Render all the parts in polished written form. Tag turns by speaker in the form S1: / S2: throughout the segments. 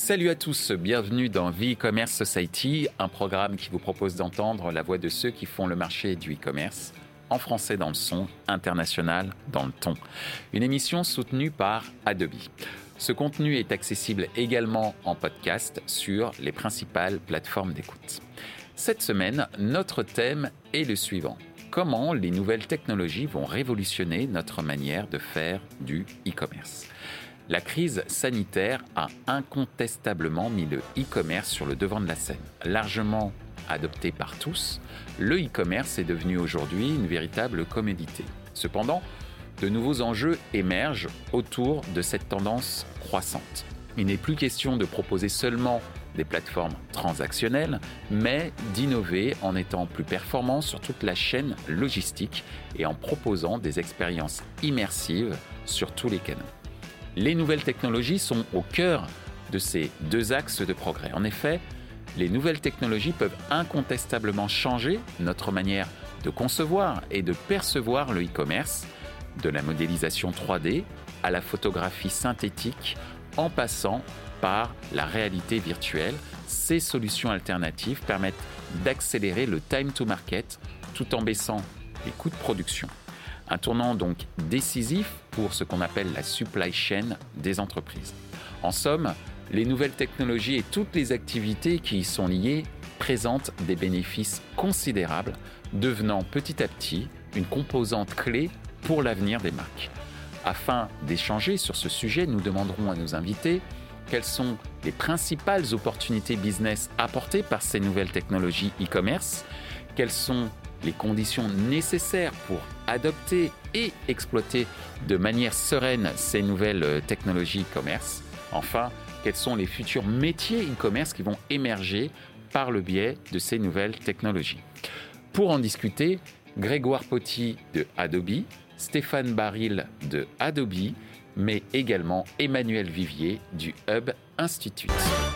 S1: Salut à tous, bienvenue dans The E-Commerce Society, un programme qui vous propose d'entendre la voix de ceux qui font le marché du e-commerce, en français dans le son, international dans le ton. Une émission soutenue par Adobe. Ce contenu est accessible également en podcast sur les principales plateformes d'écoute. Cette semaine, notre thème est le suivant. Comment les nouvelles technologies vont révolutionner notre manière de faire du e-commerce ? La crise sanitaire a incontestablement mis le e-commerce sur le devant de la scène. Largement adopté par tous, le e-commerce est devenu aujourd'hui une véritable commodité. Cependant, de nouveaux enjeux émergent autour de cette tendance croissante. Il n'est plus question de proposer seulement des plateformes transactionnelles, mais d'innover en étant plus performant sur toute la chaîne logistique et en proposant des expériences immersives sur tous les canaux. Les nouvelles technologies sont au cœur de ces deux axes de progrès. En effet, les nouvelles technologies peuvent incontestablement changer notre manière de concevoir et de percevoir le e-commerce, de la modélisation 3D à la photographie synthétique, en passant par la réalité virtuelle. Ces solutions alternatives permettent d'accélérer le time to market tout en baissant les coûts de production. Un tournant donc décisif pour ce qu'on appelle la supply chain des entreprises. En somme, les nouvelles technologies et toutes les activités qui y sont liées présentent des bénéfices considérables, devenant petit à petit une composante clé pour l'avenir des marques. Afin d'échanger sur ce sujet, nous demanderons à nos invités quelles sont les principales opportunités business apportées par ces nouvelles technologies e-commerce, quelles sont les conditions nécessaires pour adopter et exploiter de manière sereine ces nouvelles technologies e-commerce. Enfin, quels sont les futurs métiers e-commerce qui vont émerger par le biais de ces nouvelles technologies. Pour en discuter, Grégoire Poty de Adobe, Stéphane Baril de Adobe, mais également Emmanuel Vivier du Hub Institute.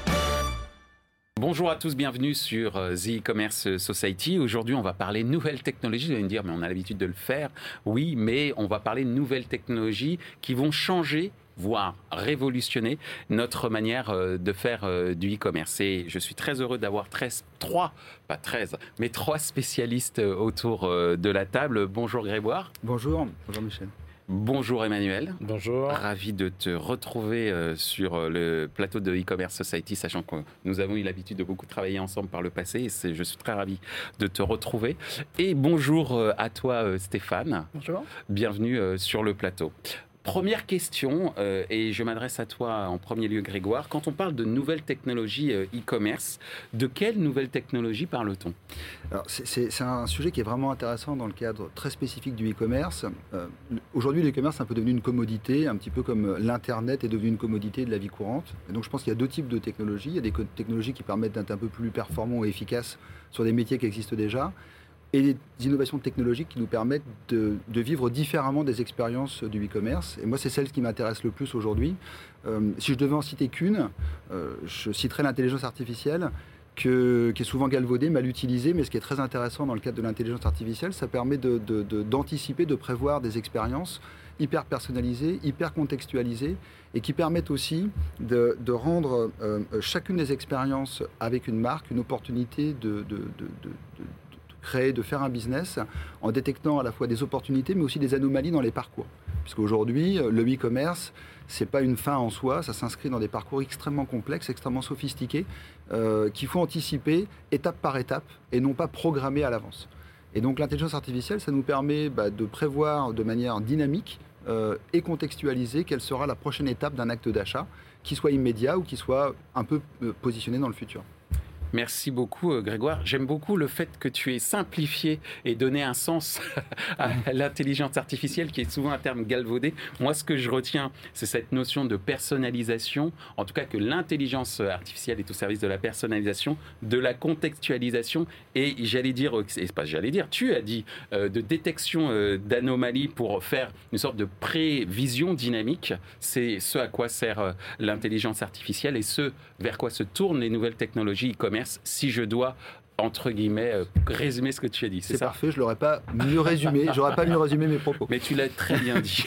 S1: Bonjour à tous, bienvenue sur The E-Commerce Society. Aujourd'hui, on va parler nouvelles technologies. Vous allez me dire, mais on a l'habitude de le faire. Oui, mais on va parler de nouvelles technologies qui vont changer, voire révolutionner notre manière de faire du e-commerce. Et je suis très heureux d'avoir trois spécialistes autour de la table. Bonjour Grégoire.
S2: Bonjour Michel.
S1: Bonjour Emmanuel.
S3: Bonjour.
S1: Ravi de te retrouver sur le plateau de E-Commerce Society, sachant que nous avons eu l'habitude de beaucoup travailler ensemble par le passé et je suis très ravi de te retrouver. Et bonjour à toi Stéphane.
S3: Bonjour.
S1: Bienvenue sur le plateau. Première question, et je m'adresse à toi en premier lieu Grégoire. Quand on parle de nouvelles technologies e-commerce, de quelles nouvelles technologies parle-t-on ?
S2: Alors, c'est un sujet qui est vraiment intéressant dans le cadre très spécifique du e-commerce. Aujourd'hui, le e-commerce est un peu devenu une commodité, un petit peu comme l'Internet est devenu une commodité de la vie courante. Et donc je pense qu'il y a deux types de technologies. Il y a des technologies qui permettent d'être un peu plus performants et efficaces sur des métiers qui existent déjà, et des innovations technologiques qui nous permettent de vivre différemment des expériences du e-commerce. Et moi, c'est celle qui m'intéresse le plus aujourd'hui. Si je devais en citer qu'une, je citerais l'intelligence artificielle, qui est souvent galvaudée, mal utilisée, mais ce qui est très intéressant dans le cadre de l'intelligence artificielle, ça permet d'anticiper, de prévoir des expériences hyper personnalisées, hyper contextualisées, et qui permettent aussi de rendre chacune des expériences avec une marque une opportunité de créer, de faire un business en détectant à la fois des opportunités mais aussi des anomalies dans les parcours. Puisqu'aujourd'hui, le e-commerce, c'est pas une fin en soi, ça s'inscrit dans des parcours extrêmement complexes, extrêmement sophistiqués, qu'il faut anticiper étape par étape et non pas programmer à l'avance. Et donc l'intelligence artificielle, ça nous permet de prévoir de manière dynamique et contextualisée quelle sera la prochaine étape d'un acte d'achat, qui soit immédiat ou qui soit un peu positionné dans le futur.
S1: Merci beaucoup Grégoire. J'aime beaucoup le fait que tu aies simplifié et donné un sens à l'intelligence artificielle qui est souvent un terme galvaudé. Moi, ce que je retiens, c'est cette notion de personnalisation, en tout cas que l'intelligence artificielle est au service de la personnalisation, de la contextualisation et tu as dit de détection d'anomalies pour faire une sorte de prévision dynamique. C'est ce à quoi sert l'intelligence artificielle et ce vers quoi se tournent les nouvelles technologies e-commerce si je dois entre guillemets, résumer ce que tu as dit.
S2: C'est parfait, je l'aurais pas mieux résumé. J'aurais pas mieux résumé mes propos.
S1: Mais tu l'as très bien dit.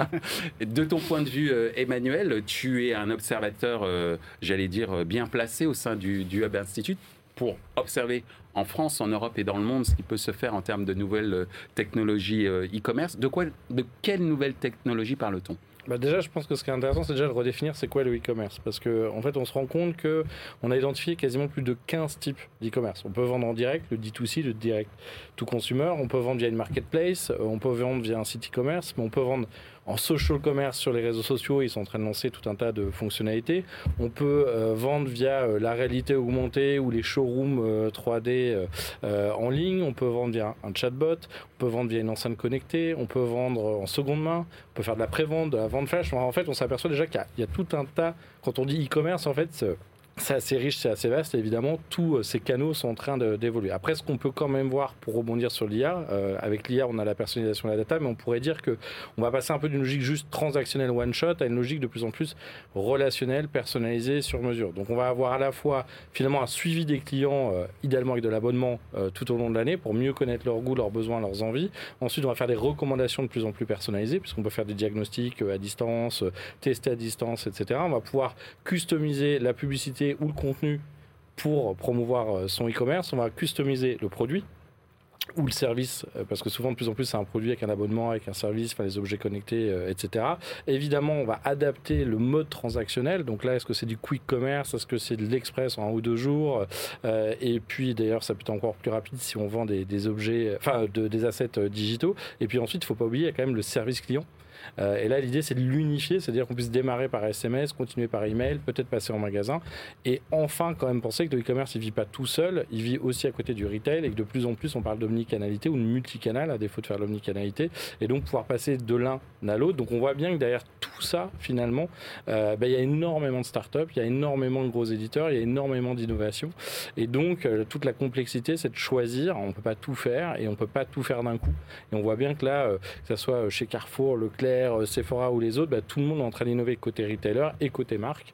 S1: De ton point de vue, Emmanuel, tu es un observateur, j'allais dire, bien placé au sein du Hub Institute pour observer en France, en Europe et dans le monde ce qui peut se faire en termes de nouvelles technologies e-commerce. De quelles nouvelles technologies parle-t-on ?
S3: Déjà, je pense que ce qui est intéressant, c'est déjà de redéfinir c'est quoi le e-commerce. Parce qu'en fait, on se rend compte qu'on a identifié quasiment plus de 15 types d'e-commerce. On peut vendre en direct, le D2C, le direct to consumer. On peut vendre via une marketplace. On peut vendre via un site e-commerce. Mais on peut vendre en social commerce sur les réseaux sociaux. Ils sont en train de lancer tout un tas de fonctionnalités. On peut vendre via la réalité augmentée ou les showrooms 3D en ligne. On peut vendre via un chatbot. On peut vendre via une enceinte connectée. On peut vendre en seconde main. On peut faire de la pré-vente, de la vente flash. En fait, on s'aperçoit déjà qu'il y a tout un tas. Quand on dit e-commerce, en fait, c'est assez riche, c'est assez vaste. Et évidemment, tous ces canaux sont en train d'évoluer. Après, ce qu'on peut quand même voir, pour rebondir sur l'IA, avec l'IA, on a la personnalisation de la data, mais on pourrait dire qu'on va passer un peu d'une logique juste transactionnelle one-shot à une logique de plus en plus relationnelle, personnalisée, sur mesure. Donc, on va avoir à la fois, finalement, un suivi des clients, idéalement avec de l'abonnement, tout au long de l'année, pour mieux connaître leurs goûts, leurs besoins, leurs envies. Ensuite, on va faire des recommandations de plus en plus personnalisées, puisqu'on peut faire des diagnostics à distance, tester à distance, etc. On va pouvoir customiser la publicité ou le contenu pour promouvoir son e-commerce. On va customiser le produit ou le service, parce que souvent de plus en plus c'est un produit avec un abonnement, avec un service, les objets connectés, etc. Évidemment, on va adapter le mode transactionnel. Donc là, est-ce que c'est du quick commerce, est-ce que c'est de l'express en 1 ou 2 jours, et puis d'ailleurs ça peut être encore plus rapide si on vend des objets, des assets digitaux. Et puis ensuite, il ne faut pas oublier, il y a quand même le service client. Et là, l'idée, c'est de l'unifier, c'est-à-dire qu'on puisse démarrer par SMS, continuer par email, peut-être passer en magasin, et enfin, quand même penser que le e-commerce, il ne vit pas tout seul, il vit aussi à côté du retail, et que de plus en plus, on parle d'omnicanalité ou de multicanal, à défaut de faire l'omnicanalité, et donc pouvoir passer de l'un à l'autre. Donc, on voit bien que derrière tout ça, finalement, il y a énormément de startups, il y a énormément de gros éditeurs, il y a énormément d'innovations, et donc, toute la complexité, c'est de choisir. On ne peut pas tout faire, et on ne peut pas tout faire d'un coup. Et on voit bien que là, que ce soit chez Carrefour, Leclerc, Sephora ou les autres, tout le monde est en train d'innover côté retailer et côté marque.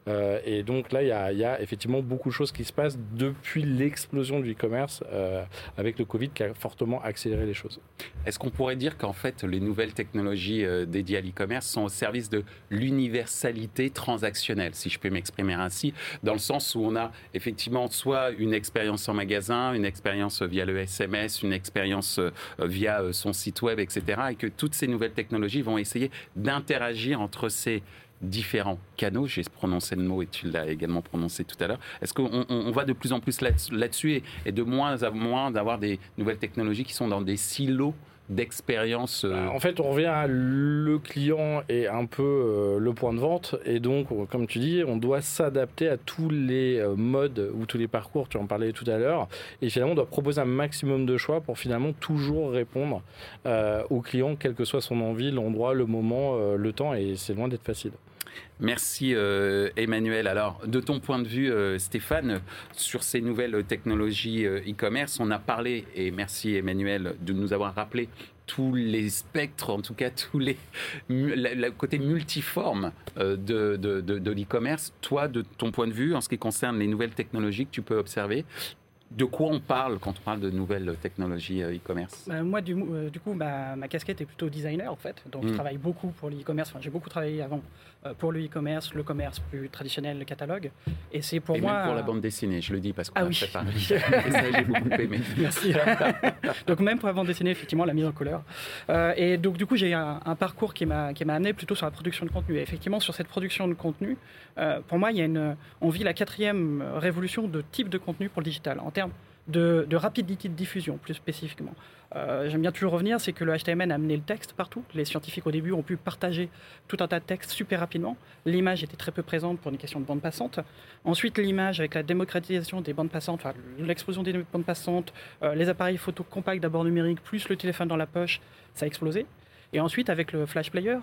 S3: Et donc là, il y a effectivement beaucoup de choses qui se passent depuis l'explosion du e-commerce avec le Covid qui a fortement accéléré les choses.
S1: Est-ce qu'on pourrait dire qu'en fait, les nouvelles technologies dédiées à l'e-commerce sont au service de l'universalité transactionnelle, si je peux m'exprimer ainsi, dans le sens où on a effectivement soit une expérience en magasin, une expérience via le SMS, une expérience via son site web, etc. et que toutes ces nouvelles technologies vont essayer d'interagir entre ces différents canaux. J'ai prononcé le mot et tu l'as également prononcé tout à l'heure. Est-ce qu'on va de plus en plus là-dessus et de moins en moins d'avoir des nouvelles technologies qui sont dans des silos d'expérience
S3: En fait, on revient à le client est un peu le point de vente et donc, comme tu dis, on doit s'adapter à tous les modes ou tous les parcours, tu en parlais tout à l'heure, et finalement, on doit proposer un maximum de choix pour finalement toujours répondre au client, quelle que soit son envie, l'endroit, le moment, le temps, et c'est loin d'être facile.
S1: Merci Emmanuel. Alors, de ton point de vue, Stéphane, sur ces nouvelles technologies e-commerce, on a parlé, et merci Emmanuel de nous avoir rappelé tous les spectres, en tout cas tous les le côté multiforme de l'e-commerce. Toi, de ton point de vue, en ce qui concerne les nouvelles technologies que tu peux observer, de quoi on parle quand on parle de nouvelles technologies e-commerce ?
S4: Moi, du coup, ma casquette est plutôt designer, en fait. Donc, je travaille beaucoup pour l'e-commerce. Enfin, j'ai beaucoup travaillé avant pour le e-commerce, le commerce plus traditionnel, le catalogue. Et c'est pour moi...
S1: même pour la bande dessinée, je le dis parce qu'on
S4: a
S1: préparé. Et ça, j'ai beaucoup aimé.
S4: Merci. Donc, même pour la bande dessinée, effectivement, la mise en couleur. Et donc, du coup, j'ai un parcours qui m'a amené plutôt sur la production de contenu. Et effectivement, sur cette production de contenu, pour moi, on vit la 4e révolution de type de contenu pour le digital, en termes de rapidité de diffusion, plus spécifiquement. J'aime bien toujours revenir, c'est que le HTML a amené le texte partout. Les scientifiques, au début, ont pu partager tout un tas de textes super rapidement. L'image était très peu présente pour une question de bande passante. Ensuite, l'image, avec la démocratisation des bandes passantes, l'explosion des bandes passantes, les appareils photo compacts d'abord numériques, plus le téléphone dans la poche, ça a explosé. Et ensuite, avec le Flash Player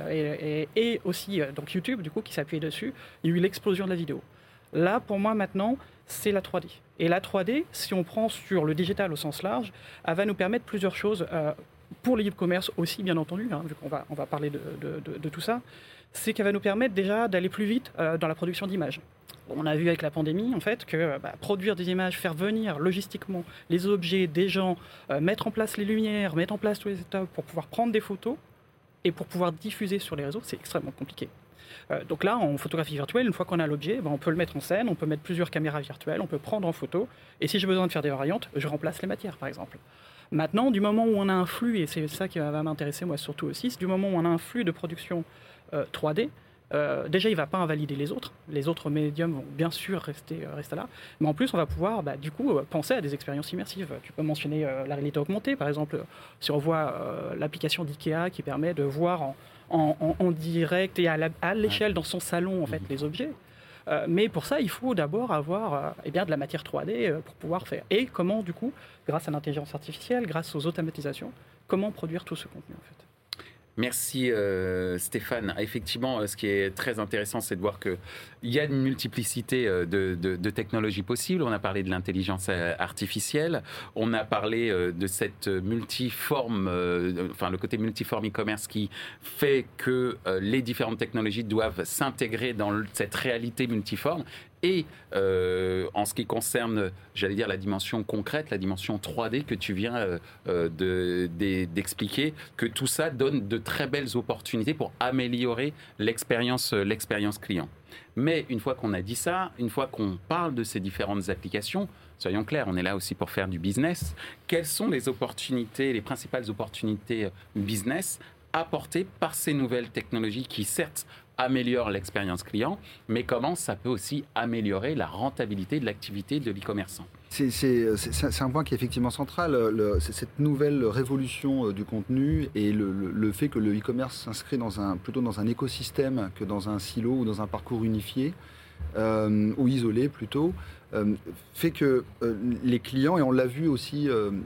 S4: et aussi donc YouTube, du coup, qui s'appuyait dessus, il y a eu l'explosion de la vidéo. Là, pour moi, maintenant, c'est la 3D. Et la 3D, si on prend sur le digital au sens large, elle va nous permettre plusieurs choses, pour le e-commerce aussi, bien entendu, vu qu'on va parler de tout ça, c'est qu'elle va nous permettre déjà d'aller plus vite dans la production d'images. On a vu avec la pandémie, en fait, que produire des images, faire venir logistiquement les objets, des gens, mettre en place les lumières, mettre en place tous les étapes pour pouvoir prendre des photos et pour pouvoir diffuser sur les réseaux, c'est extrêmement compliqué. Donc là, en photographie virtuelle, une fois qu'on a l'objet, on peut le mettre en scène, on peut mettre plusieurs caméras virtuelles, on peut prendre en photo, et si j'ai besoin de faire des variantes, je remplace les matières, par exemple. Maintenant, du moment où on a un flux, et c'est ça qui va m'intéresser moi surtout aussi, c'est du moment où on a un flux de production 3D, déjà, il ne va pas invalider les autres. Les autres médiums vont bien sûr rester là. Mais en plus, on va pouvoir penser à des expériences immersives. Tu peux mentionner la réalité augmentée, par exemple. Si on voit l'application d'IKEA qui permet de voir en direct et à l'échelle dans son salon en fait, les objets. Mais pour ça, il faut d'abord avoir de la matière 3D pour pouvoir faire. Et comment, du coup, grâce à l'intelligence artificielle, grâce aux automatisations, comment produire tout ce contenu en fait.
S1: Merci Stéphane. Effectivement, ce qui est très intéressant, c'est de voir qu'il y a une multiplicité de technologies possibles. On a parlé de l'intelligence artificielle, on a parlé de cette multiforme, le côté multiforme e-commerce qui fait que les différentes technologies doivent s'intégrer dans cette réalité multiforme. Et en ce qui concerne, j'allais dire, la dimension concrète, la dimension 3D que tu viens d'expliquer, que tout ça donne de très belles opportunités pour améliorer l'expérience client. Mais une fois qu'on a dit ça, une fois qu'on parle de ces différentes applications, soyons clairs, on est là aussi pour faire du business. Quelles sont les principales opportunités business apportées par ces nouvelles technologies qui, certes, améliore l'expérience client, mais comment ça peut aussi améliorer la rentabilité de l'activité de l'e-commerçant ?
S2: C'est un point qui est effectivement central, cette nouvelle révolution du contenu et le fait que le e-commerce s'inscrit plutôt dans un écosystème que dans un silo ou dans un parcours unifié, ou isolé plutôt, fait que les clients, et on l'a vu aussi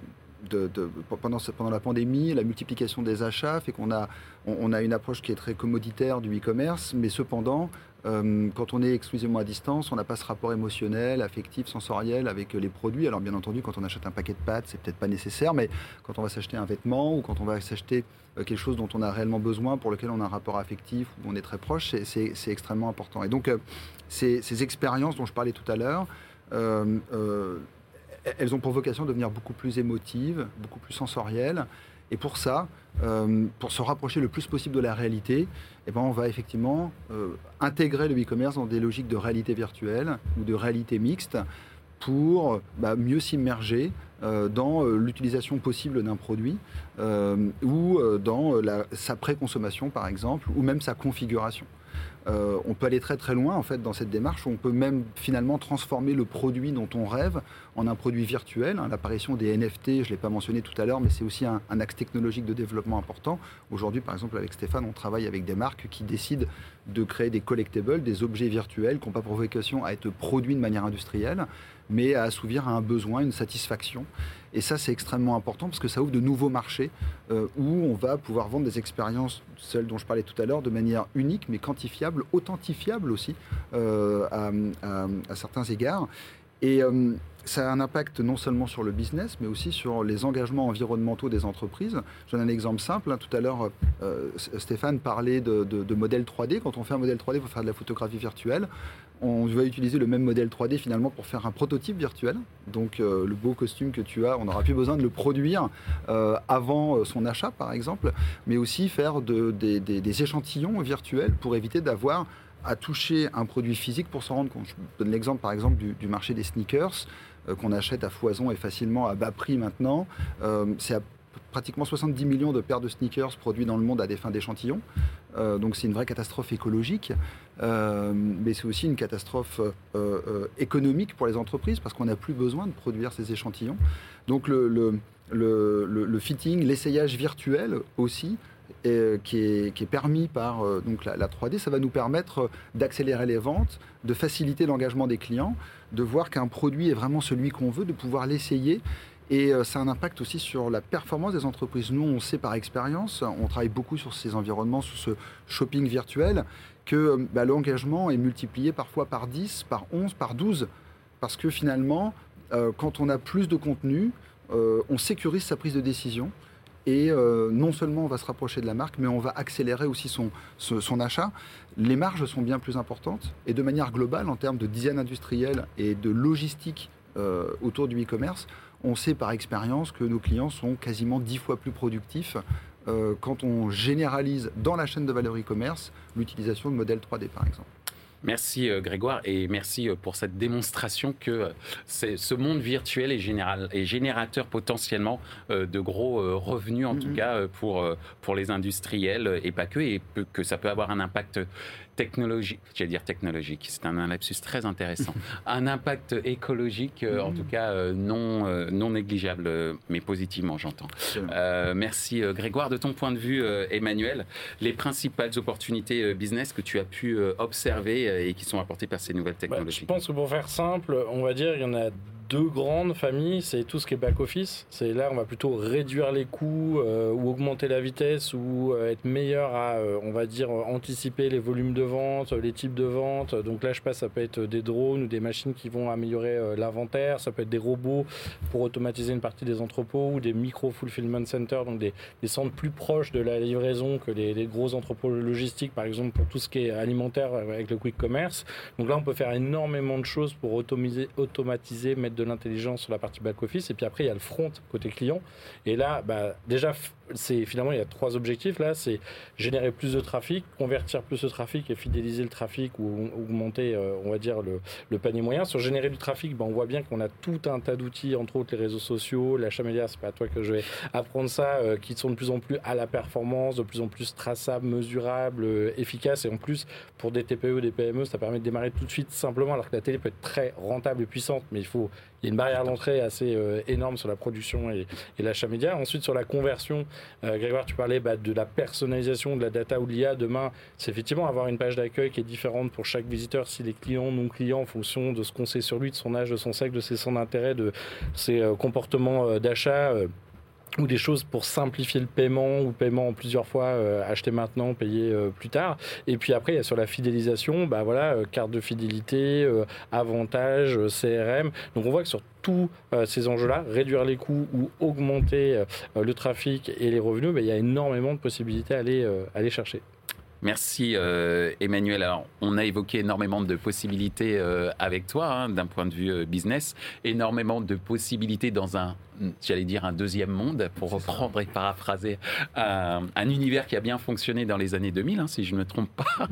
S2: pendant la pandémie, la multiplication des achats fait qu'on a une approche qui est très commoditaire du e-commerce, mais cependant, quand on est exclusivement à distance, on n'a pas ce rapport émotionnel, affectif, sensoriel avec les produits. Alors bien entendu, quand on achète un paquet de pâtes, c'est peut-être pas nécessaire, mais quand on va s'acheter un vêtement ou quand on va s'acheter quelque chose dont on a réellement besoin, pour lequel on a un rapport affectif, où on est très proche, c'est extrêmement important. Et donc, ces expériences dont je parlais tout à l'heure, elles ont pour vocation de devenir beaucoup plus émotives, beaucoup plus sensorielles. Et pour ça, pour se rapprocher le plus possible de la réalité, on va effectivement intégrer le e-commerce dans des logiques de réalité virtuelle ou de réalité mixte pour mieux s'immerger dans l'utilisation possible d'un produit ou dans sa préconsommation, par exemple, ou même sa configuration. On peut aller très très loin en fait dans cette démarche où on peut même finalement transformer le produit dont on rêve en un produit virtuel. L'apparition des NFT, je ne l'ai pas mentionné tout à l'heure, mais c'est aussi un axe technologique de développement important. Aujourd'hui, par exemple, avec Stéphane, on travaille avec des marques qui décident de créer des collectibles, des objets virtuels qui n'ont pas pour vocation à être produits de manière industrielle, mais à assouvir à un besoin, une satisfaction. Et ça, c'est extrêmement important parce que ça ouvre de nouveaux marchés où on va pouvoir vendre des expériences, celles dont je parlais tout à l'heure, de manière unique, mais quantifiable, authentifiable aussi à certains égards. Et ça a un impact non seulement sur le business, mais aussi sur les engagements environnementaux des entreprises. Je donne un exemple simple. Tout à l'heure, Stéphane parlait de modèles 3D. Quand on fait un modèle 3D pour faire de la photographie virtuelle, on va utiliser le même modèle 3D finalement pour faire un prototype virtuel. Donc le beau costume que tu as, on n'aura plus besoin de le produire avant son achat par exemple, mais aussi faire des échantillons virtuels pour éviter d'avoir à toucher un produit physique pour s'en rendre compte. Je donne l'exemple par exemple du marché des sneakers qu'on achète à foison et facilement à bas prix maintenant. C'est pratiquement 70 millions de paires de sneakers produits dans le monde à des fins d'échantillons. Donc c'est une vraie catastrophe écologique, mais c'est aussi une catastrophe économique pour les entreprises parce qu'on n'a plus besoin de produire ces échantillons. Donc le fitting, l'essayage virtuel aussi, qui est permis par donc la 3D, ça va nous permettre d'accélérer les ventes, de faciliter l'engagement des clients, de voir qu'un produit est vraiment celui qu'on veut, de pouvoir l'essayer. Et ça a un impact aussi sur la performance des entreprises. Nous, on sait par expérience, on travaille beaucoup sur ces environnements, sur ce shopping virtuel, que l'engagement est multiplié parfois par 10, par 11, par 12. Parce que finalement, quand on a plus de contenu, on sécurise sa prise de décision. Et non seulement on va se rapprocher de la marque, mais on va accélérer aussi son achat. Les marges sont bien plus importantes. Et de manière globale, en termes de design industriel et de logistique autour du e-commerce, on sait par expérience que nos clients sont quasiment 10 fois plus productifs quand on généralise dans la chaîne de valeur e-commerce l'utilisation de modèles 3D, par exemple.
S1: Merci Grégoire et merci pour cette démonstration que ce monde virtuel est générateur potentiellement de gros revenus, en tout cas pour les industriels et pas que, et que ça peut avoir un impact technologique, c'est un lapsus très intéressant, un impact écologique en tout cas non négligeable, mais positivement j'entends. Merci Grégoire. De ton point de vue Emmanuel, les principales opportunités business que tu as pu observer et qui sont apportées par ces nouvelles technologies?
S3: Je pense que pour faire simple, on va dire il y en a deux grandes familles, c'est tout ce qui est back-office. C'est là on va plutôt réduire les coûts ou augmenter la vitesse ou être meilleur à, on va dire, anticiper les volumes de vente, les types de vente. Donc là, je passe, ça peut être des drones ou des machines qui vont améliorer l'inventaire. Ça peut être des robots pour automatiser une partie des entrepôts ou des micro-fulfillment centers, donc des centres plus proches de la livraison que les gros entrepôts logistiques, par exemple pour tout ce qui est alimentaire avec le quick commerce. Donc là, on peut faire énormément de choses pour automatiser, mettre de l'intelligence sur la partie back-office. Et puis après, il y a le front côté client. Et là, déjà, finalement, il y a trois objectifs. Là, c'est générer plus de trafic, convertir plus de trafic et fidéliser le trafic ou augmenter, on va dire, le panier moyen. Sur générer du trafic, on voit bien qu'on a tout un tas d'outils, entre autres les réseaux sociaux, l'achat média, c'est pas à toi que je vais apprendre ça, qui sont de plus en plus à la performance, de plus en plus traçables, mesurables, efficaces. Et en plus, pour des TPE, des PME, ça permet de démarrer tout de suite simplement, alors que la télé peut être très rentable et puissante, mais il y a une barrière d'entrée assez énorme sur la production et l'achat média. Ensuite, sur la conversion, Grégoire, tu parlais de la personnalisation, de la data ou de l'IA. Demain, c'est effectivement avoir une page d'accueil qui est différente pour chaque visiteur, s'il est client, non client, en fonction de ce qu'on sait sur lui, de son âge, de son sexe, de ses centres d'intérêt, de ses comportements d'achat. Ou des choses pour simplifier le paiement ou paiement en plusieurs fois, acheter maintenant, payer plus tard. Et puis après, il y a sur la fidélisation, carte de fidélité, avantages, CRM. Donc on voit que sur tous ces enjeux-là, réduire les coûts ou augmenter le trafic et les revenus, il y a énormément de possibilités à aller chercher.
S1: Merci Emmanuel. Alors, on a évoqué énormément de possibilités avec toi, d'un point de vue business, énormément de possibilités dans un deuxième monde, pour reprendre et paraphraser un univers qui a bien fonctionné dans les années 2000, si je ne me trompe pas.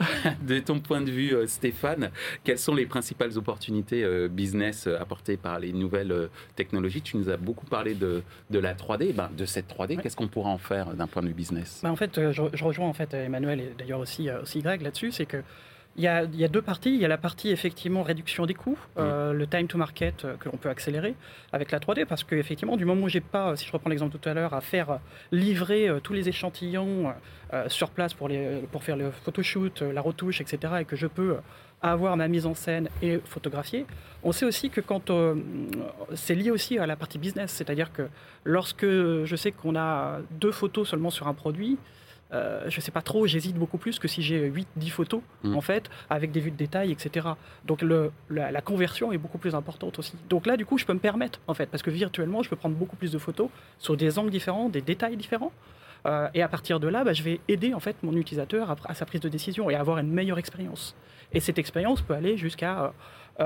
S1: De ton point de vue, Stéphane, quelles sont les principales opportunités business apportées par les nouvelles technologies? Tu nous as beaucoup parlé de la 3D. De cette 3D, qu'est-ce qu'on pourra en faire d'un point de vue business?
S4: En fait, je rejoins Emmanuel et d'ailleurs aussi Greg là-dessus, c'est que il y a deux parties. Il y a la partie effectivement réduction des coûts, le time to market que l'on peut accélérer avec la 3D, parce qu'effectivement du moment où j'ai pas, si je reprends l'exemple tout à l'heure, à faire livrer tous les échantillons sur place pour faire le photoshoot, la retouche, etc., et que je peux avoir ma mise en scène et photographier. On sait aussi que quand c'est lié aussi à la partie business, c'est-à-dire que lorsque je sais qu'on a 2 photos seulement sur un produit, je ne sais pas trop, j'hésite beaucoup plus que si j'ai 8-10 photos, en fait, avec des vues de détail, etc. Donc la conversion est beaucoup plus importante aussi. Donc là, du coup, je peux me permettre, en fait, parce que virtuellement, je peux prendre beaucoup plus de photos sur des angles différents, des détails différents. Et à partir de là, je vais aider, en fait, mon utilisateur à sa prise de décision et à avoir une meilleure expérience. Et cette expérience peut aller jusqu'à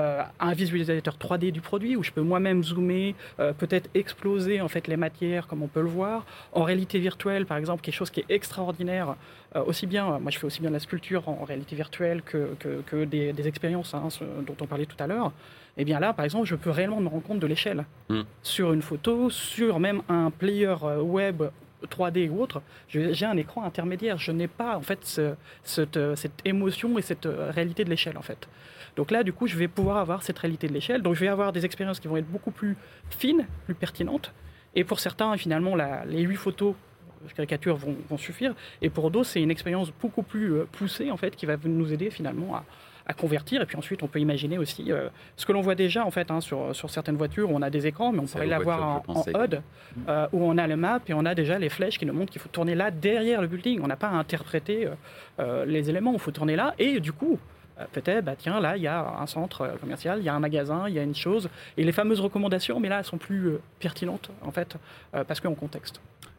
S4: un visualisateur 3D du produit où je peux moi-même zoomer, peut-être exploser en fait les matières comme on peut le voir. En réalité virtuelle, par exemple, quelque chose qui est extraordinaire, aussi bien, moi je fais aussi bien de la sculpture en réalité virtuelle que des expériences dont on parlait tout à l'heure. Et bien là, par exemple, je peux réellement me rendre compte de l'échelle sur une photo, sur même un player web 3D ou autre, j'ai un écran intermédiaire. Je n'ai pas en fait cette émotion et cette réalité de l'échelle en fait. Donc là, du coup, je vais pouvoir avoir cette réalité de l'échelle. Donc je vais avoir des expériences qui vont être beaucoup plus fines, plus pertinentes. Et pour certains, finalement, les 8 photos, je caricature, vont suffire. Et pour d'autres, c'est une expérience beaucoup plus poussée en fait, qui va nous aider finalement à convertir. Et puis ensuite, on peut imaginer aussi ce que l'on voit déjà en fait sur certaines voitures où on a des écrans, mais on pourrait l'avoir en HUD, où on a le map et on a déjà les flèches qui nous montrent qu'il faut tourner là derrière le building. On n'a pas à interpréter les éléments, il faut tourner là. Et du coup, peut-être, tiens, là, il y a un centre commercial, il y a un magasin, il y a une chose. Et les fameuses recommandations, mais là, elles sont plus pertinentes en fait, parce qu'en contexte.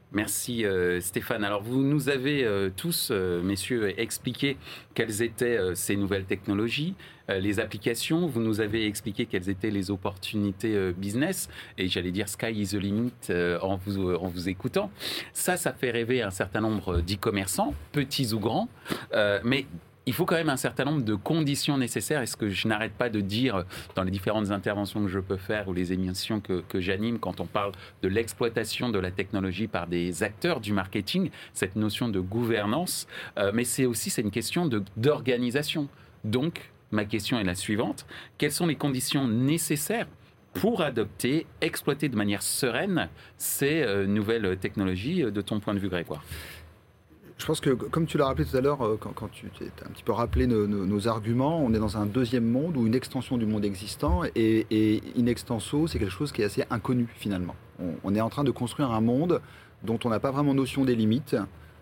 S1: Merci Stéphane. Alors vous nous avez tous, messieurs, expliqué quelles étaient ces nouvelles technologies, les applications. Vous nous avez expliqué quelles étaient les opportunités business. Et j'allais dire sky is the limit en vous écoutant. Ça fait rêver un certain nombre d'e-commerçants, petits ou grands. Mais il faut quand même un certain nombre de conditions nécessaires. Et ce que je n'arrête pas de dire dans les différentes interventions que je peux faire ou les émissions que j'anime quand on parle de l'exploitation de la technologie par des acteurs du marketing, cette notion de gouvernance, mais c'est une question d'organisation. Donc, ma question est la suivante. Quelles sont les conditions nécessaires pour adopter, exploiter de manière sereine ces nouvelles technologies de ton point de vue, Grégoire ?
S2: Je pense que, comme tu l'as rappelé tout à l'heure, quand tu t'es un petit peu rappelé nos arguments, on est dans un deuxième monde ou une extension du monde existant. Et in extenso, c'est quelque chose qui est assez inconnu finalement. On est en train de construire un monde dont on n'a pas vraiment notion des limites,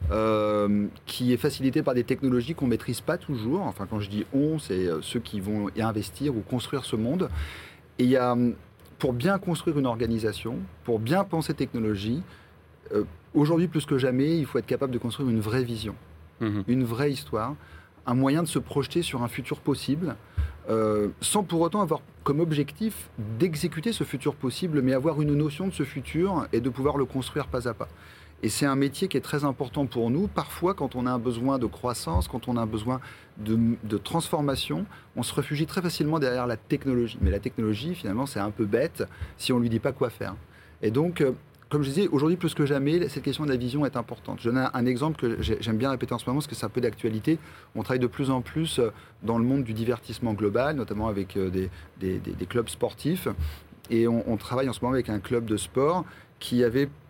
S2: qui est facilité par des technologies qu'on ne maîtrise pas toujours. Enfin, quand je dis on, c'est ceux qui vont y investir ou construire ce monde. Et il y a, pour bien construire une organisation, pour bien penser technologie, aujourd'hui, plus que jamais, il faut être capable de construire une vraie vision, une vraie histoire, un moyen de se projeter sur un futur possible, sans pour autant avoir comme objectif d'exécuter ce futur possible, mais avoir une notion de ce futur et de pouvoir le construire pas à pas. Et c'est un métier qui est très important pour nous. Parfois, quand on a un besoin de croissance, quand on a un besoin de transformation, on se réfugie très facilement derrière la technologie. Mais la technologie, finalement, c'est un peu bête si on ne lui dit pas quoi faire. Et donc, comme je disais, aujourd'hui plus que jamais, cette question de la vision est importante. Je donne un exemple que j'aime bien répéter en ce moment parce que c'est un peu d'actualité. On travaille de plus en plus dans le monde du divertissement global, notamment avec des clubs sportifs. Et on travaille en ce moment avec un club de sport qui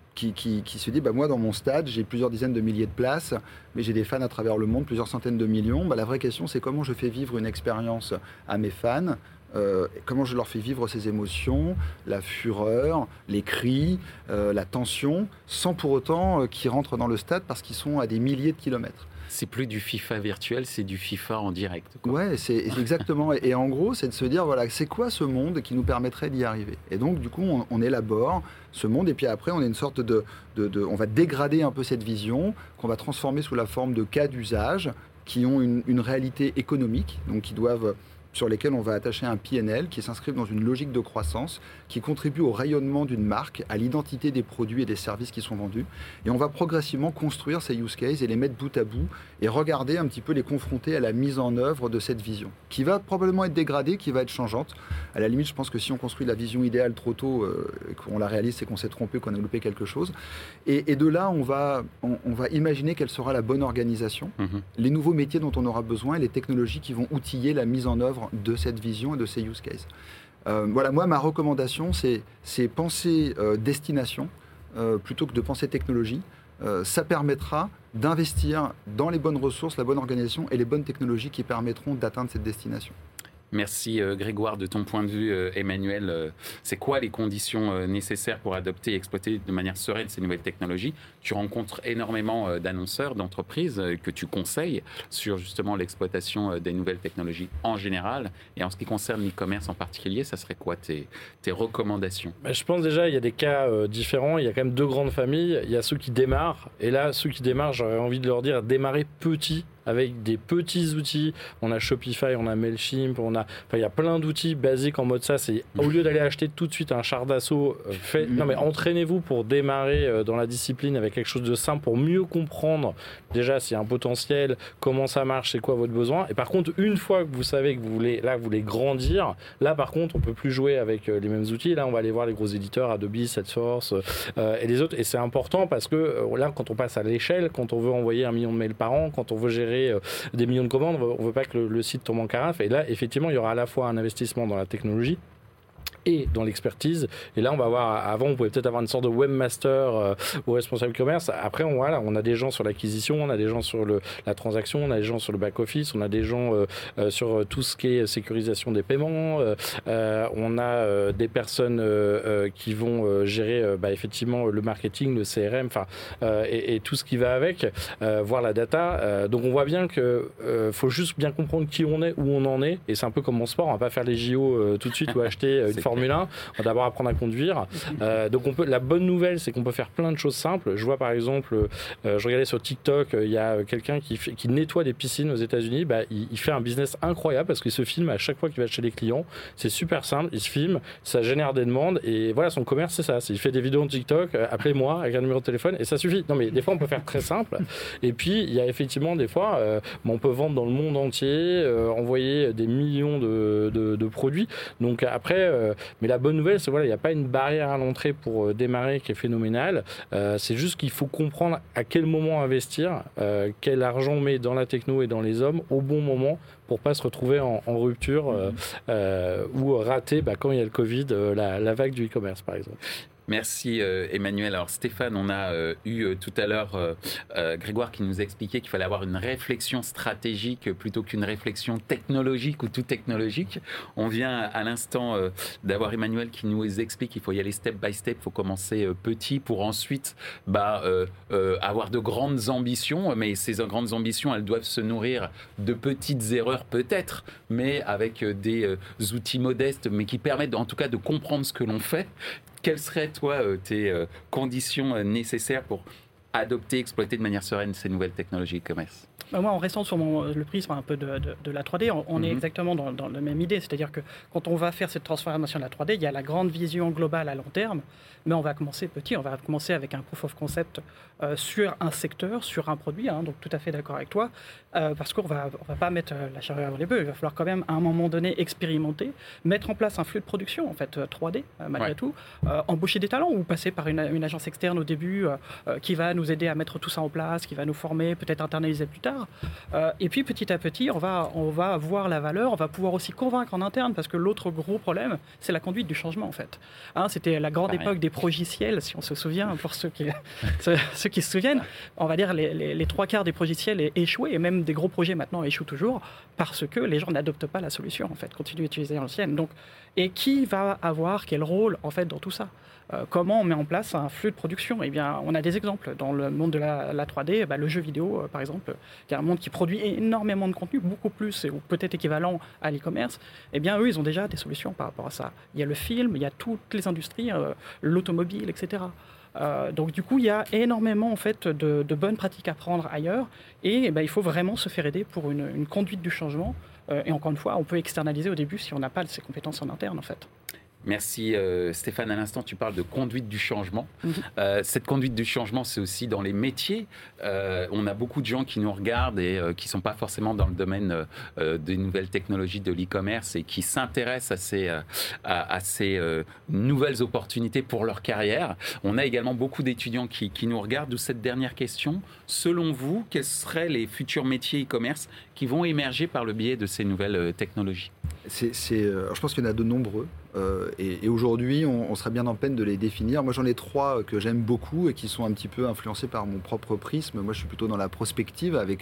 S2: se dit, moi dans mon stade, j'ai plusieurs dizaines de milliers de places, mais j'ai des fans à travers le monde, plusieurs centaines de millions. La vraie question, c'est comment je fais vivre une expérience à mes fans. Comment je leur fais vivre ces émotions, la fureur, les cris, la tension, sans pour autant qu'ils rentrent dans le stade parce qu'ils sont à des milliers de kilomètres.
S1: C'est plus du FIFA virtuel, c'est du FIFA en direct, quoi.
S2: Ouais, c'est exactement. Et en gros, c'est de se dire, voilà, c'est quoi ce monde qui nous permettrait d'y arriver ? Et donc, du coup, on élabore ce monde, et puis après, on est une sorte on va dégrader un peu cette vision, qu'on va transformer sous la forme de cas d'usage qui ont une réalité économique, donc sur lesquels on va attacher un PNL qui s'inscrit dans une logique de croissance, qui contribue au rayonnement d'une marque, à l'identité des produits et des services qui sont vendus. Et on va progressivement construire ces use cases et les mettre bout à bout et regarder un petit peu les confronter à la mise en œuvre de cette vision, qui va probablement être dégradée, qui va être changeante. À la limite, je pense que si on construit la vision idéale trop tôt et qu'on la réalise, c'est qu'on s'est trompé, qu'on a loupé quelque chose. Et de là, on va imaginer quelle sera la bonne organisation, les nouveaux métiers dont on aura besoin et les technologies qui vont outiller la mise en œuvre de cette vision et de ces use cases. Voilà, moi, ma recommandation, c'est penser destination plutôt que de penser technologie. Ça permettra d'investir dans les bonnes ressources, la bonne organisation et les bonnes technologies qui permettront d'atteindre cette destination.
S1: Merci Grégoire. De ton point de vue, Emmanuel, c'est quoi les conditions nécessaires pour adopter et exploiter de manière sereine ces nouvelles technologies ? Tu rencontres énormément d'annonceurs, d'entreprises que tu conseilles sur justement l'exploitation des nouvelles technologies en général. Et en ce qui concerne l'e-commerce en particulier, ça serait quoi tes recommandations ?
S3: Je pense déjà il y a des cas différents. Il y a quand même deux grandes familles. Il y a ceux qui démarrent. Et là, ceux qui démarrent, j'aurais envie de leur dire, démarrer petit, avec des petits outils. On a Shopify, on a Mailchimp, il y a plein d'outils basiques en mode SaaS. Et au lieu d'aller acheter tout de suite un char d'assaut, entraînez-vous pour démarrer dans la discipline avec quelque chose de simple pour mieux comprendre déjà s'il y a un potentiel, comment ça marche, c'est quoi votre besoin. Et par contre, une fois que vous savez que vous voulez grandir, là par contre, on peut plus jouer avec les mêmes outils. Là, on va aller voir les gros éditeurs, Adobe, Salesforce et les autres. Et c'est important parce que là, quand on passe à l'échelle, quand on veut envoyer 1 million de mails par an, quand on veut gérer des millions de commandes, on ne veut pas que le site tombe en carafe. Et là, effectivement, il y aura à la fois un investissement dans la technologie et dans l'expertise. Et là, on va voir, avant, on pouvait peut-être avoir une sorte de webmaster ou responsable commerce. Après, on a des gens sur l'acquisition, on a des gens sur la transaction, on a des gens sur le back-office, on a des gens sur tout ce qui est sécurisation des paiements. On a des personnes qui vont gérer effectivement le marketing, le CRM, et tout ce qui va avec, voir la data. Donc, on voit bien que faut juste bien comprendre qui on est, où on en est. Et c'est un peu comme en sport, on va pas faire les JO tout de suite ou acheter une formation Formule 1, on va d'abord apprendre à conduire. Donc la bonne nouvelle, c'est qu'on peut faire plein de choses simples. Je vois par exemple, je regardais sur TikTok, il y a quelqu'un qui nettoie des piscines aux États-Unis. Il fait un business incroyable parce qu'il se filme à chaque fois qu'il va chez les clients. C'est super simple, il se filme, ça génère des demandes et voilà, son commerce c'est ça. Il fait des vidéos en TikTok, appelez-moi avec un numéro de téléphone et ça suffit. Non mais des fois on peut faire très simple. Et puis il y a effectivement des fois, on peut vendre dans le monde entier, envoyer des millions de produits. Donc après, mais la bonne nouvelle c'est voilà, il n'y a pas une barrière à l'entrée pour démarrer qui est phénoménale. C'est juste qu'il faut comprendre à quel moment investir, quel argent on met dans la techno et dans les hommes au bon moment pour pas se retrouver en rupture ou rater quand il y a le Covid, la vague du e-commerce par exemple.
S1: Merci Emmanuel. Alors Stéphane, on a eu tout à l'heure Grégoire qui nous expliquait qu'il fallait avoir une réflexion stratégique plutôt qu'une réflexion technologique ou tout technologique. On vient à l'instant d'avoir Emmanuel qui nous explique qu'il faut y aller step by step, il faut commencer petit pour ensuite avoir de grandes ambitions, mais ces grandes ambitions, elles doivent se nourrir de petites erreurs peut-être, mais avec des outils modestes, mais qui permettent en tout cas de comprendre ce que l'on fait. Quelles seraient, toi, tes conditions nécessaires pour adopter, exploiter de manière sereine ces nouvelles technologies e-commerce ?
S4: Moi, en restant sur le prisme un peu de la 3D, on est exactement dans la même idée. C'est-à-dire que quand on va faire cette transformation de la 3D, il y a la grande vision globale à long terme, mais on va commencer petit, on va commencer avec un proof of concept sur un secteur, sur un produit, donc tout à fait d'accord avec toi, parce qu'on va pas mettre la charrue avant les bœufs, il va falloir quand même à un moment donné expérimenter, mettre en place un flux de production en fait 3D malgré tout, embaucher des talents ou passer par une agence externe au début qui va nous aider à mettre tout ça en place, qui va nous former, peut-être internaliser plus tard. Et puis petit à petit, on va voir la valeur, on va pouvoir aussi convaincre en interne, parce que l'autre gros problème, c'est la conduite du changement en fait. C'était la grande époque des progiciels, si on se souvient, pour ceux qui se souviennent. On va dire les trois quarts des progiciels échouaient, et même des gros projets maintenant échouent toujours, parce que les gens n'adoptent pas la solution en fait, continuent d'utiliser l'ancienne. Donc, et qui va avoir quel rôle en fait dans tout ça ? Comment on met en place un flux de production ? Eh bien, on a des exemples dans le monde de la 3D, le jeu vidéo par exemple, qui est un monde qui produit énormément de contenu, beaucoup plus, ou peut-être équivalent à l'e-commerce. Eh bien, eux, ils ont déjà des solutions par rapport à ça. Il y a le film, il y a toutes les industries, l'automobile, etc. Donc du coup, il y a énormément en fait de bonnes pratiques à prendre ailleurs, et il faut vraiment se faire aider pour une conduite du changement. Et encore une fois, on peut externaliser au début si on n'a pas ces compétences en interne en fait.
S1: Merci Stéphane. À l'instant, tu parles de conduite du changement. Cette conduite du changement, c'est aussi dans les métiers. On a beaucoup de gens qui nous regardent et qui ne sont pas forcément dans le domaine des nouvelles technologies de l'e-commerce et qui s'intéressent à ces nouvelles opportunités pour leur carrière. On a également beaucoup d'étudiants qui nous regardent. D'où cette dernière question. Selon vous, quels seraient les futurs métiers e-commerce qui vont émerger par le biais de ces nouvelles technologies ?
S2: Je pense qu'il y en a de nombreux. Et aujourd'hui, on serait bien en peine de les définir. Moi, j'en ai trois que j'aime beaucoup et qui sont un petit peu influencés par mon propre prisme. Moi, je suis plutôt dans la prospective avec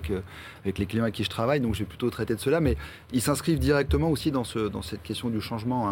S2: les clients avec qui je travaille, donc je vais plutôt traiter de cela. Mais ils s'inscrivent directement aussi dans cette question du changement.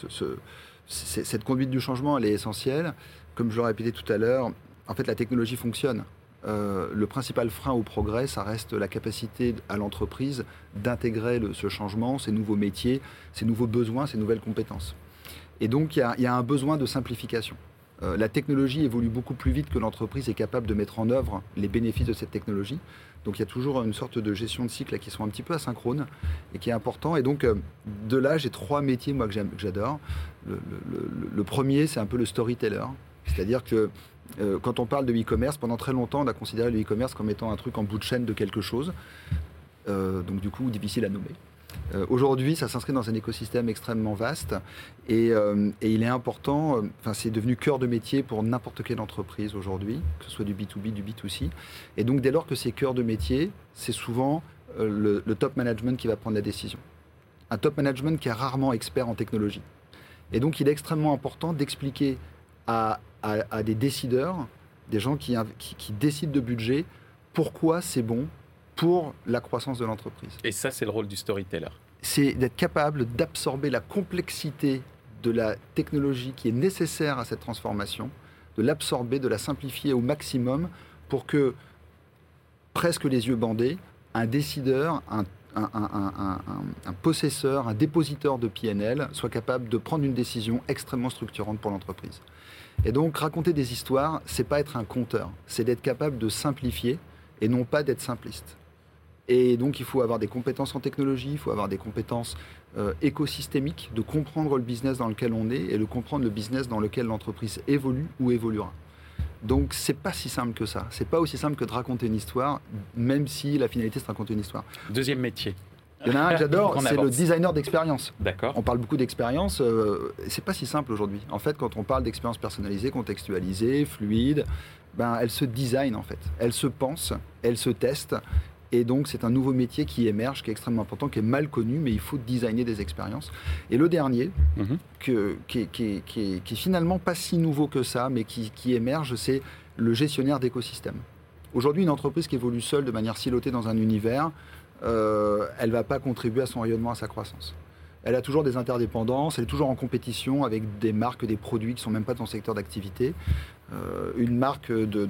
S2: Cette conduite du changement, elle est essentielle. Comme je l'ai répété tout à l'heure, en fait, la technologie fonctionne. Le principal frein au progrès, ça reste la capacité à l'entreprise d'intégrer ce changement, ces nouveaux métiers, ces nouveaux besoins, ces nouvelles compétences. Et donc, il y a un besoin de simplification. La technologie évolue beaucoup plus vite que l'entreprise est capable de mettre en œuvre les bénéfices de cette technologie. Donc, il y a toujours une sorte de gestion de cycle qui sont un petit peu asynchrones et qui est important. Et donc, de là, j'ai trois métiers, moi, que j'adore. Le premier, c'est un peu le storyteller. C'est-à-dire que quand on parle de e-commerce, pendant très longtemps, on a considéré le e-commerce comme étant un truc en bout de chaîne de quelque chose. Donc du coup, difficile à nommer. Aujourd'hui, ça s'inscrit dans un écosystème extrêmement vaste et il est important, c'est devenu cœur de métier pour n'importe quelle entreprise aujourd'hui, que ce soit du B2B, du B2C. Et donc dès lors que c'est cœur de métier, c'est souvent le top management qui va prendre la décision. Un top management qui est rarement expert en technologie. Et donc il est extrêmement important d'expliquer à des décideurs, des gens qui décident de budget, pourquoi c'est bon pour la croissance de l'entreprise.
S1: Et ça, c'est le rôle du storyteller.
S2: C'est d'être capable d'absorber la complexité de la technologie qui est nécessaire à cette transformation, de l'absorber, de la simplifier au maximum pour que, presque les yeux bandés, un décideur, un possesseur, un dépositeur de PNL soit capable de prendre une décision extrêmement structurante pour l'entreprise. Et donc, raconter des histoires, c'est pas être un conteur, c'est d'être capable de simplifier et non pas d'être simpliste. Et donc, il faut avoir des compétences en technologie, il faut avoir des compétences écosystémiques, de comprendre le business dans lequel on est et de comprendre le business dans lequel l'entreprise évolue ou évoluera. Donc, c'est pas si simple que ça. C'est pas aussi simple que de raconter une histoire, même si la finalité, c'est de raconter une histoire.
S1: Deuxième métier.
S2: Il y en a un que j'adore, c'est le designer d'expérience.
S1: D'accord.
S2: On parle beaucoup d'expérience, c'est pas si simple aujourd'hui. En fait, quand on parle d'expérience personnalisée, contextualisée, fluide, elle se design en fait. Elle se pense, elle se teste. Et donc, c'est un nouveau métier qui émerge, qui est extrêmement important, qui est mal connu, mais il faut designer des expériences. Et le dernier, qui est finalement pas si nouveau que ça, mais qui émerge, c'est le gestionnaire d'écosystème. Aujourd'hui, une entreprise qui évolue seule de manière silotée dans un univers, elle ne va pas contribuer à son rayonnement, à sa croissance. Elle a toujours des interdépendances, elle est toujours en compétition avec des marques, des produits qui ne sont même pas dans son secteur d'activité. Une marque de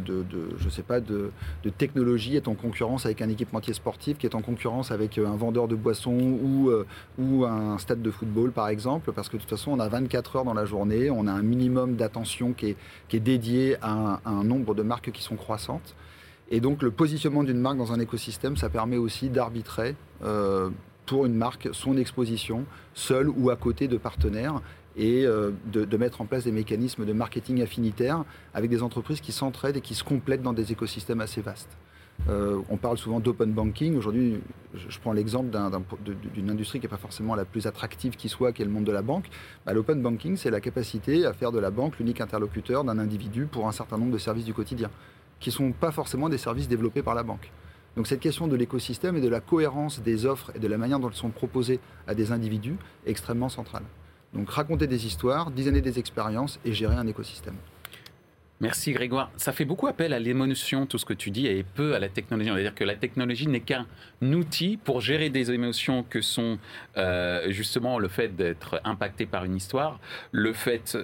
S2: technologie est en concurrence avec un équipementier sportif, qui est en concurrence avec un vendeur de boissons ou un stade de football, par exemple, parce que de toute façon, on a 24 heures dans la journée, on a un minimum d'attention qui est dédié à un nombre de marques qui sont croissantes. Et donc, le positionnement d'une marque dans un écosystème, ça permet aussi d'arbitrer pour une marque son exposition, seule ou à côté de partenaires, et de mettre en place des mécanismes de marketing affinitaire avec des entreprises qui s'entraident et qui se complètent dans des écosystèmes assez vastes. On parle souvent d'open banking. Aujourd'hui, je prends l'exemple d'une industrie qui n'est pas forcément la plus attractive qui soit, qui est le monde de la banque. L'open banking, c'est la capacité à faire de la banque l'unique interlocuteur d'un individu pour un certain nombre de services du quotidien, qui ne sont pas forcément des services développés par la banque. Donc cette question de l'écosystème et de la cohérence des offres et de la manière dont elles sont proposées à des individus est extrêmement centrale. Donc raconter des histoires, designer des expériences et gérer un écosystème.
S1: Merci Grégoire. Ça fait beaucoup appel à l'émotion, tout ce que tu dis, et peu à la technologie. On va dire que la technologie n'est qu'un outil pour gérer des émotions que sont justement le fait d'être impacté par une histoire, le fait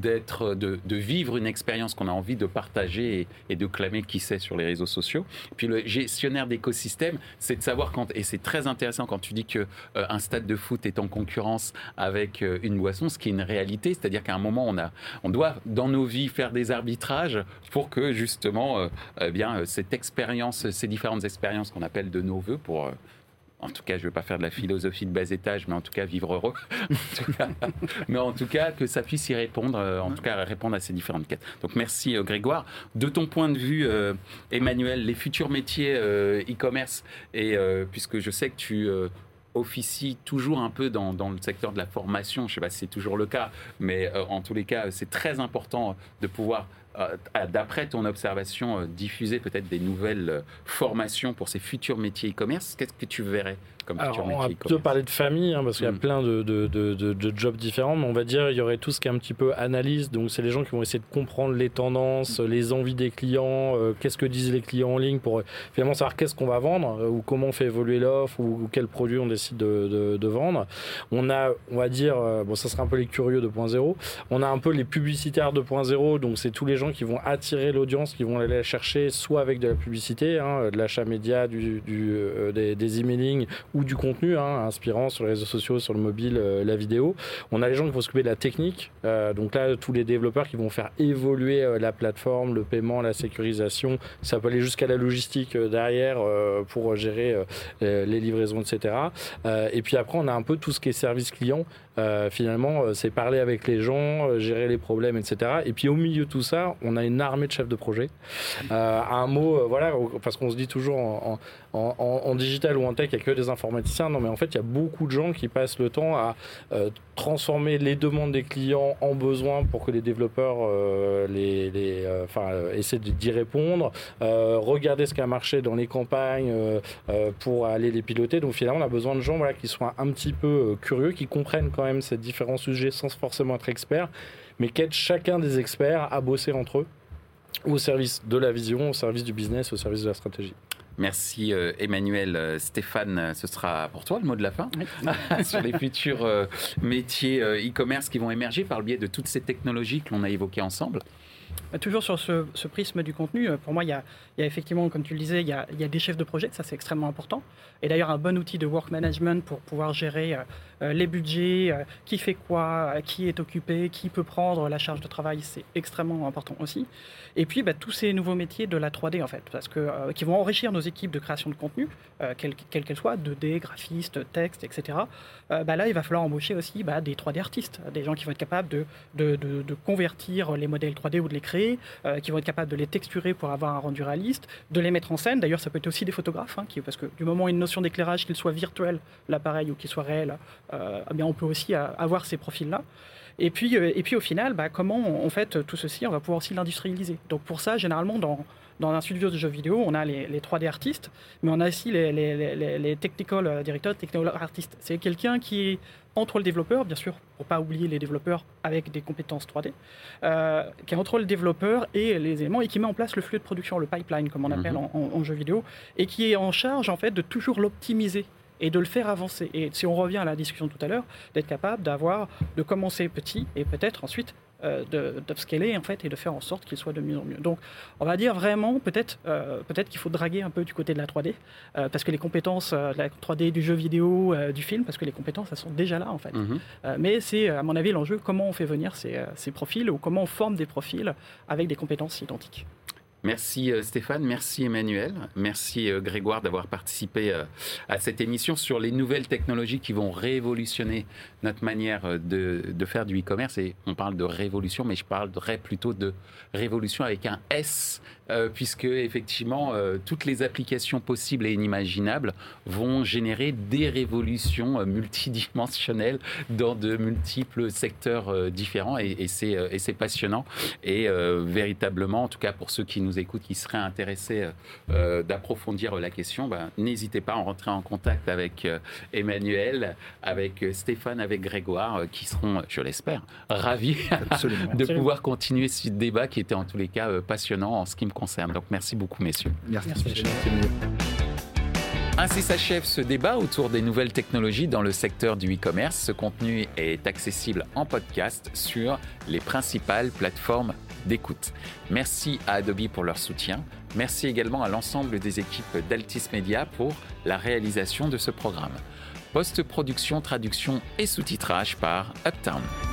S1: de vivre une expérience qu'on a envie de partager et de clamer qui sait sur les réseaux sociaux. Puis le gestionnaire d'écosystème, c'est de savoir et c'est très intéressant quand tu dis qu'un stade de foot est en concurrence avec une boisson, ce qui est une réalité, c'est-à-dire qu'à un moment on doit dans nos vies faire des arbitrages pour que justement cette expérience, ces différentes expériences qu'on appelle de nos voeux pour en tout cas, je ne veux pas faire de la philosophie de bas étage, mais en tout cas vivre heureux. Mais en tout cas, que ça puisse y répondre, en tout cas répondre à ces différentes quêtes. Donc merci Grégoire. De ton point de vue, Emmanuel, les futurs métiers e-commerce, et puisque je sais que tu officie toujours un peu dans le secteur de la formation, je ne sais pas si c'est toujours le cas, mais en tous les cas, c'est très important de pouvoir, d'après ton observation, diffuser peut-être des nouvelles formations pour ces futurs métiers e-commerce. Qu'est-ce que tu verrais comme futur métier e-commerce ?
S3: On va plutôt parler de famille, parce qu'il y a plein de jobs différents, mais on va dire il y aurait tout ce qui est un petit peu analyse, donc c'est les gens qui vont essayer de comprendre les tendances, les envies des clients, qu'est-ce que disent les clients en ligne pour finalement savoir qu'est-ce qu'on va vendre, ou comment on fait évoluer l'offre, ou quel produit on décide de vendre. On va dire, ça sera un peu les curieux 2.0, on a un peu les publicitaires 2.0, donc c'est tous les gens qui vont attirer l'audience, qui vont aller la chercher soit avec de la publicité, de l'achat média, des emailing ou du contenu inspirant sur les réseaux sociaux, sur le mobile, la vidéo. On a les gens qui vont s'occuper de la technique, donc là tous les développeurs qui vont faire évoluer la plateforme, le paiement, la sécurisation, ça peut aller jusqu'à la logistique derrière pour gérer les livraisons, etc. Et puis après on a un peu tout ce qui est service client. Finalement, c'est parler avec les gens, gérer les problèmes, etc. Et puis au milieu de tout ça, on a une armée de chefs de projet. Un mot, parce qu'on se dit toujours en digital ou en tech, il n'y a que des informaticiens. Non, mais en fait, il y a beaucoup de gens qui passent le temps à transformer les demandes des clients en besoins pour que les développeurs essaient d'y répondre, regarder ce qui a marché dans les campagnes pour aller les piloter. Donc finalement, on a besoin de gens qui soient un petit peu curieux, qui comprennent quand même ces différents sujets sans forcément être experts, mais qu'aident chacun des experts à bosser entre eux au service de la vision, au service du business, au service de la stratégie.
S1: Merci Emmanuel. Stéphane, ce sera pour toi le mot de la fin sur les futurs métiers e-commerce qui vont émerger par le biais de toutes ces technologies que l'on a évoquées ensemble.
S4: Toujours sur ce prisme du contenu, pour moi, il y a effectivement, comme tu le disais, il y a des chefs de projet, ça c'est extrêmement important. Et d'ailleurs, un bon outil de work management pour pouvoir gérer les budgets, qui fait quoi, qui est occupé, qui peut prendre la charge de travail, c'est extrêmement important aussi. Et puis, tous ces nouveaux métiers de la 3D, en fait, parce que, qui vont enrichir nos équipes de création de contenu, quelles qu'elles soient, 2D, graphistes, texte, etc. Là, il va falloir embaucher aussi des 3D artistes, des gens qui vont être capables de convertir les modèles 3D ou de les créer, qui vont être capables de les texturer pour avoir un rendu réaliste, de les mettre en scène. D'ailleurs, ça peut être aussi des photographes, parce que du moment où il y a une notion d'éclairage, qu'il soit virtuel, l'appareil, ou qu'il soit réel, on peut aussi avoir ces profils-là. Et puis au final, comment on fait tout ceci, on va pouvoir aussi l'industrialiser. Donc pour ça, généralement, dans un studio de jeux vidéo, on a les 3D artistes, mais on a aussi les technical directors, technical artistes. C'est quelqu'un qui est entre le développeur, bien sûr, pour ne pas oublier les développeurs avec des compétences 3D, qui est entre le développeur et les éléments, et qui met en place le flux de production, le pipeline, comme on appelle en jeu vidéo, et qui est en charge, en fait, de toujours l'optimiser et de le faire avancer. Et si on revient à la discussion tout à l'heure, d'être capable de commencer petit et peut-être ensuite d'upscaler en fait et de faire en sorte qu'il soit de mieux en mieux. Donc on va dire vraiment peut-être qu'il faut draguer un peu du côté de la 3D parce que les compétences de la 3D du jeu vidéo, du film, parce que les compétences elles sont déjà là en fait. Mais c'est à mon avis l'enjeu, comment on fait venir ces profils ou comment on forme des profils avec des compétences identiques.
S1: Merci Stéphane, merci Emmanuel, merci Grégoire d'avoir participé à cette émission sur les nouvelles technologies qui vont révolutionner notre manière de faire du e-commerce. Et on parle de révolution, mais je parlerais plutôt de révolution avec un S, puisque effectivement toutes les applications possibles et inimaginables vont générer des révolutions multidimensionnelles dans de multiples secteurs différents et c'est passionnant et véritablement, en tout cas pour ceux qui nous écoutent, qui seraient intéressés d'approfondir la question, n'hésitez pas à rentrer en contact avec Emmanuel, avec Stéphane, avec Grégoire, qui seront, je l'espère, ravis de pouvoir continuer ce débat qui était en tous les cas passionnant en ce qui me concerne. Donc merci beaucoup messieurs.
S2: Merci.
S1: Ainsi s'achève ce débat autour des nouvelles technologies dans le secteur du e-commerce. Ce contenu est accessible en podcast sur les principales plateformes d'écoute. Merci à Adobe pour leur soutien. Merci également à l'ensemble des équipes d'Altis Media pour la réalisation de ce programme. Post-production, traduction et sous-titrage par Uptown.